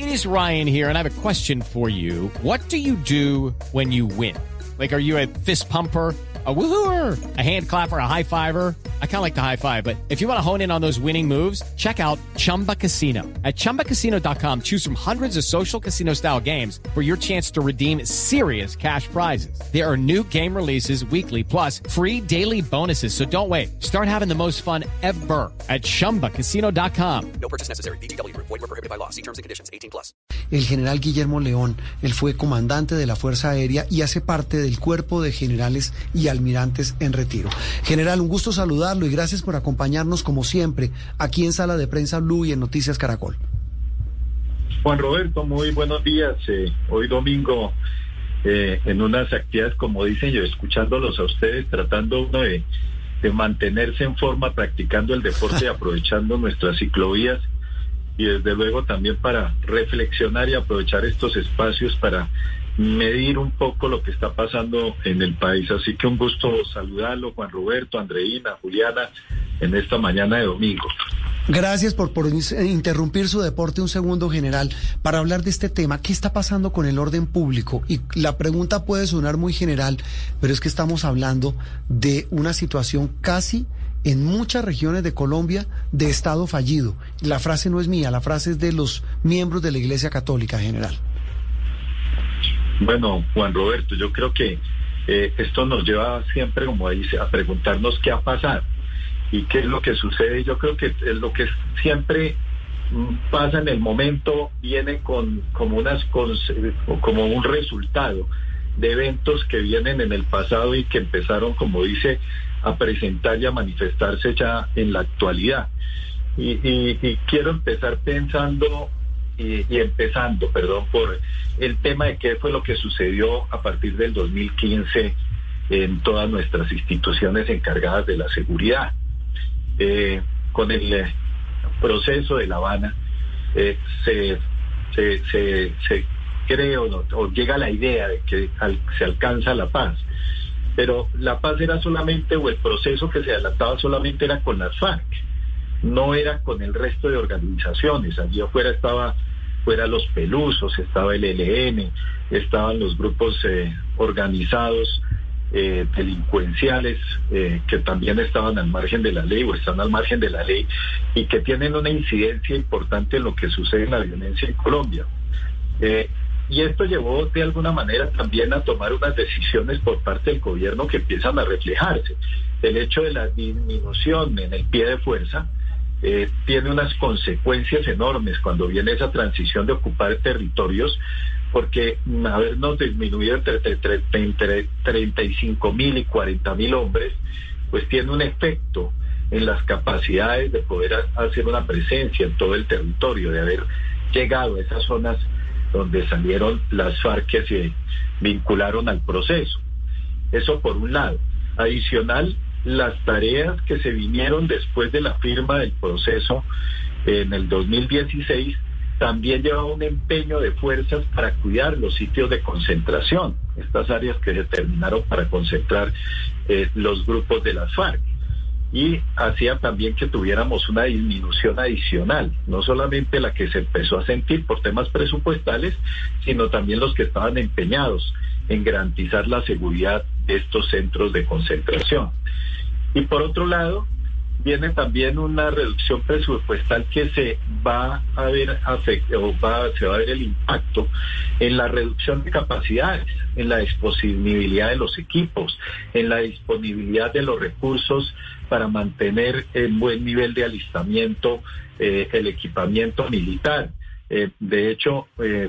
It is Ryan here, and I have a question for you. What do you do when you win? Like, are you a fist pumper, a woohooer, a hand clapper, a high fiver? I kind of like the high five, but if you want to hone in on those winning moves, check out Chumba Casino. At ChumbaCasino.com, choose from hundreds of social casino-style games for your chance to redeem serious cash prizes. There are new game releases weekly, plus free daily bonuses, so don't wait. Start having the most fun ever at ChumbaCasino.com. No purchase necessary. VGW Group. Void where prohibited by law. See terms and conditions. 18+. El general Guillermo León, él fue comandante de la Fuerza Aérea y hace parte del cuerpo de generales y almirantes en retiro. General, un gusto saludarlo y gracias por acompañarnos como siempre aquí en Sala de Prensa Blue y en Noticias Caracol. Juan Roberto, muy buenos días. Hoy domingo, en unas actividades, como dicen yo, escuchándolos a ustedes, tratando uno de mantenerse en forma, practicando el deporte y aprovechando nuestras ciclovías, y desde luego también para reflexionar y aprovechar estos espacios para medir un poco lo que está pasando en el país. Así que un gusto saludarlo, Juan Roberto, Andreina, Juliana, en esta mañana de domingo. Gracias por interrumpir su deporte un segundo, general, para hablar de este tema. ¿Qué está pasando con el orden público? Y la pregunta puede sonar muy general, pero es que estamos hablando de una situación casi en muchas regiones de Colombia de Estado fallido. La frase no es mía, la frase es de los miembros de la Iglesia Católica, general. Bueno, Juan Roberto, yo creo que esto nos lleva siempre, como dice, a preguntarnos qué ha pasado y qué es lo que sucede. Yo creo que lo que siempre pasa en el momento viene como un resultado de eventos que vienen en el pasado y que empezaron, como dice, a presentar y a manifestarse ya en la actualidad. Y quiero empezar empezando por el tema de qué fue lo que sucedió a partir del 2015 en todas nuestras instituciones encargadas de la seguridad. Con el proceso de La Habana se cree o llega la idea de que se alcanza la paz, pero la paz era solamente, o el proceso que se adelantaba solamente era con las FARC, no era con el resto de organizaciones. Allí afuera fuera los Pelusos, estaba el ELN, estaban los grupos organizados delincuenciales que también estaban al margen de la ley o están al margen de la ley y que tienen una incidencia importante en lo que sucede en la violencia en Colombia. Y esto llevó de alguna manera también a tomar unas decisiones por parte del gobierno que empiezan a reflejarse. El hecho de la disminución en el pie de fuerza tiene unas consecuencias enormes cuando viene esa transición de ocupar territorios, porque habernos disminuido entre 35.000 y 40.000 hombres, pues tiene un efecto en las capacidades de poder hacer una presencia en todo el territorio, de haber llegado a esas zonas donde salieron las FARC que se vincularon al proceso. Eso por un lado. Adicional, las tareas que se vinieron después de la firma del proceso en el 2016 también llevaba un empeño de fuerzas para cuidar los sitios de concentración, estas áreas que se determinaron para concentrar los grupos de las FARC. Y hacía también que tuviéramos una disminución adicional, no solamente la que se empezó a sentir por temas presupuestales, sino también los que estaban empeñados en garantizar la seguridad de estos centros de concentración. Y por otro lado, viene también una reducción presupuestal que se va a ver se va a ver el impacto en la reducción de capacidades, en la disponibilidad de los equipos, en la disponibilidad de los recursos para mantener el buen nivel de alistamiento, el equipamiento militar. De hecho,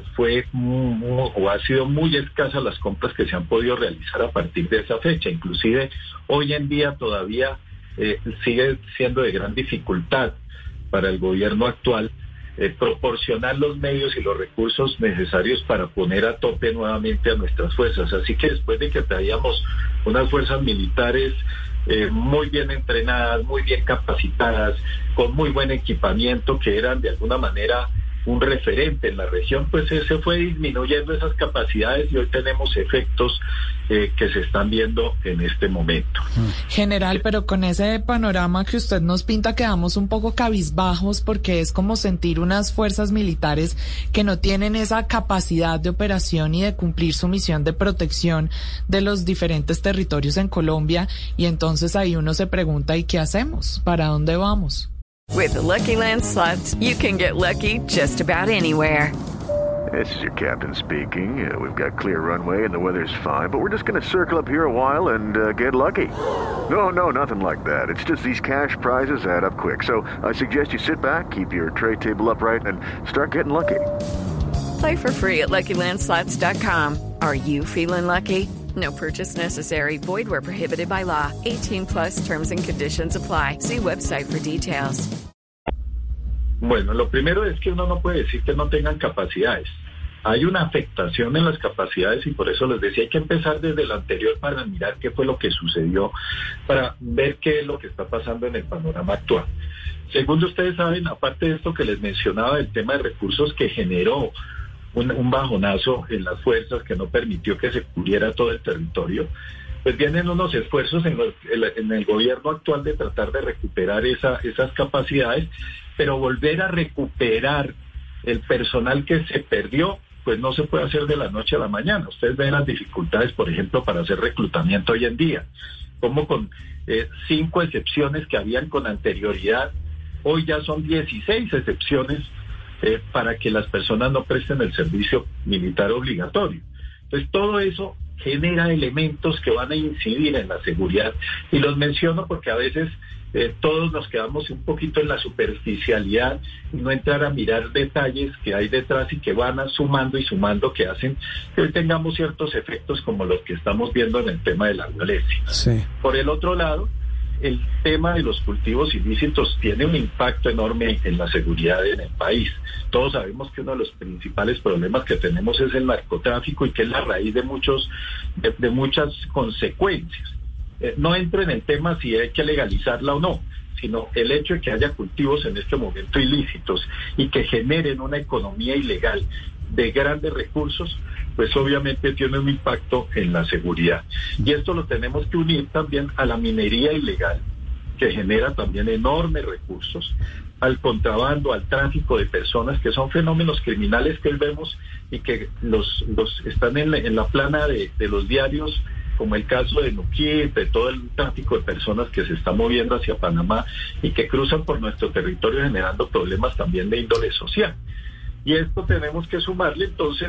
ha sido muy escasas las compras que se han podido realizar a partir de esa fecha. Inclusive hoy en día todavía sigue siendo de gran dificultad para el gobierno actual proporcionar los medios y los recursos necesarios para poner a tope nuevamente a nuestras fuerzas. Así que después de que traíamos unas fuerzas militares muy bien entrenadas, muy bien capacitadas, con muy buen equipamiento, que eran de alguna manera un referente en la región, pues se fue disminuyendo esas capacidades y hoy tenemos efectos que se están viendo en este momento. General, pero con ese panorama que usted nos pinta quedamos un poco cabizbajos porque es como sentir unas fuerzas militares que no tienen esa capacidad de operación y de cumplir su misión de protección de los diferentes territorios en Colombia, y entonces ahí uno se pregunta, ¿y qué hacemos? ¿Para dónde vamos? With the Lucky Land Slots, you can get lucky just about anywhere. This is your captain speaking. We've got clear runway and the weather's fine, but we're just going to circle up here a while and get lucky. No, nothing like that. It's just these cash prizes add up quick. So I suggest you sit back, keep your tray table upright, and start getting lucky. Play for free at LuckyLandSlots.com. Are you feeling lucky? No purchase necessary. Void where prohibited by law. 18+ terms and conditions apply. See website for details. Bueno, lo primero es que uno no puede decir que no tengan capacidades. Hay una afectación en las capacidades y por eso les decía, hay que empezar desde lo anterior para mirar qué fue lo que sucedió, para ver qué es lo que está pasando en el panorama actual. Segundo, ustedes saben, aparte de esto que les mencionaba, el tema de recursos que generó un bajonazo en las fuerzas que no permitió que se cubriera todo el territorio, pues vienen unos esfuerzos en el gobierno actual de tratar de recuperar esas capacidades, pero volver a recuperar el personal que se perdió, pues no se puede hacer de la noche a la mañana. Ustedes ven las dificultades, por ejemplo, para hacer reclutamiento hoy en día, como con 5 excepciones que habían con anterioridad, hoy ya son 16 excepciones para que las personas no presten el servicio militar obligatorio. Entonces todo eso genera elementos que van a incidir en la seguridad, y los menciono porque a veces todos nos quedamos un poquito en la superficialidad y no entrar a mirar detalles que hay detrás y que van sumando y sumando, que hacen que hoy tengamos ciertos efectos como los que estamos viendo en el tema de la violencia. Sí. Por el otro lado, el tema de los cultivos ilícitos tiene un impacto enorme en la seguridad en el país. Todos sabemos que uno de los principales problemas que tenemos es el narcotráfico y que es la raíz de muchas consecuencias. No entro en el tema si hay que legalizarla o no, sino el hecho de que haya cultivos en este momento ilícitos y que generen una economía ilegal de grandes recursos, pues obviamente tiene un impacto en la seguridad. Y esto lo tenemos que unir también a la minería ilegal, que genera también enormes recursos, al contrabando, al tráfico de personas, que son fenómenos criminales que hoy vemos y que los están en la plana de los diarios, como el caso de Nuquí, de todo el tráfico de personas que se está moviendo hacia Panamá y que cruzan por nuestro territorio generando problemas también de índole social. Y esto tenemos que sumarle entonces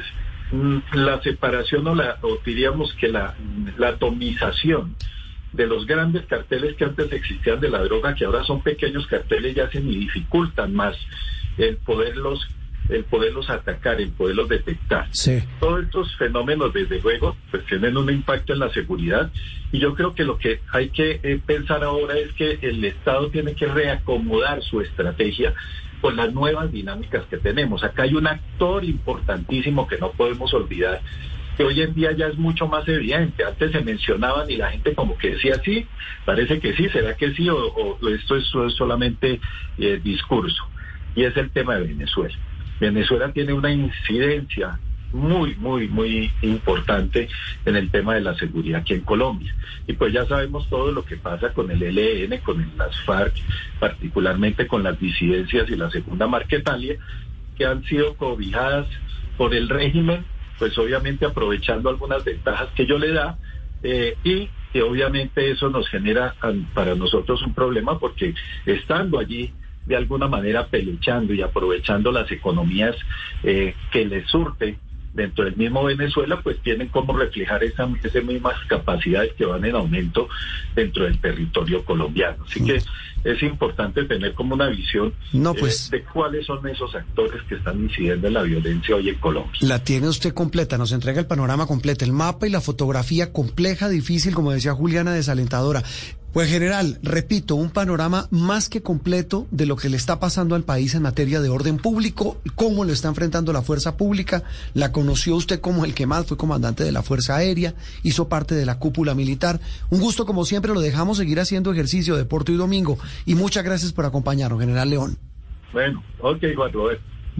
la separación o diríamos que la atomización de los grandes carteles que antes existían de la droga, que ahora son pequeños carteles, ya hacen y dificultan más el poderlos atacar, el poderlos detectar. Sí. Todos estos fenómenos, desde luego, pues tienen un impacto en la seguridad, y yo creo que lo que hay que pensar ahora es que el Estado tiene que reacomodar su estrategia con las nuevas dinámicas que tenemos. Acá hay un actor importantísimo que no podemos olvidar, que hoy en día ya es mucho más evidente. Antes se mencionaban y la gente como que decía sí, parece que sí, ¿será que sí? O esto es solamente discurso. Y es el tema de Venezuela. Venezuela tiene una incidencia muy importante en el tema de la seguridad aquí en Colombia. Y pues ya sabemos todo lo que pasa con el ELN, con las FARC, particularmente con las disidencias y la Segunda Marquetalia, que han sido cobijadas por el régimen, pues obviamente aprovechando algunas ventajas que ello le da, y que obviamente eso nos genera para nosotros un problema, porque estando allí de alguna manera pelechando y aprovechando las economías que les surte dentro del mismo Venezuela, pues tienen como reflejar esas mismas capacidades que van en aumento dentro del territorio colombiano. Así que es importante tener como una visión de cuáles son esos actores que están incidiendo en la violencia hoy en Colombia. La tiene usted completa, nos entrega el panorama completo, el mapa y la fotografía compleja, difícil, como decía Juliana, desalentadora. Pues general, repito, un panorama más que completo de lo que le está pasando al país en materia de orden público, cómo lo está enfrentando la fuerza pública. La conoció usted como el que más fue comandante de la Fuerza Aérea, hizo parte de la cúpula militar. Un gusto como siempre, lo dejamos seguir haciendo ejercicio, deporte y domingo. Y muchas gracias por acompañarnos, general León. Bueno, ok, Juan Roberto.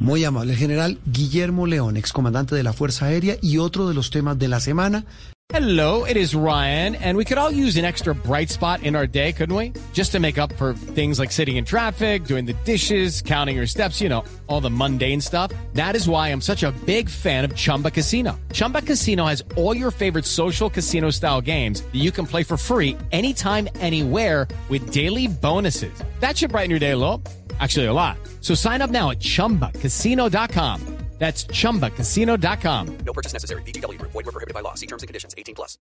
Muy amable. El general Guillermo León, excomandante de la Fuerza Aérea, y otro de los temas de la semana. Hello, it is Ryan, and we could all use an extra bright spot in our day, couldn't we? Just to make up for things like sitting in traffic, doing the dishes, counting your steps, you know, all the mundane stuff. That is why I'm such a big fan of Chumba Casino. Chumba Casino has all your favorite social casino-style games that you can play for free anytime, anywhere with daily bonuses. That should brighten your day a little. Actually, a lot. So sign up now at ChumbaCasino.com. That's ChumbaCasino.com. No purchase necessary. VGW Group. Void where prohibited by law. See terms and conditions. 18+.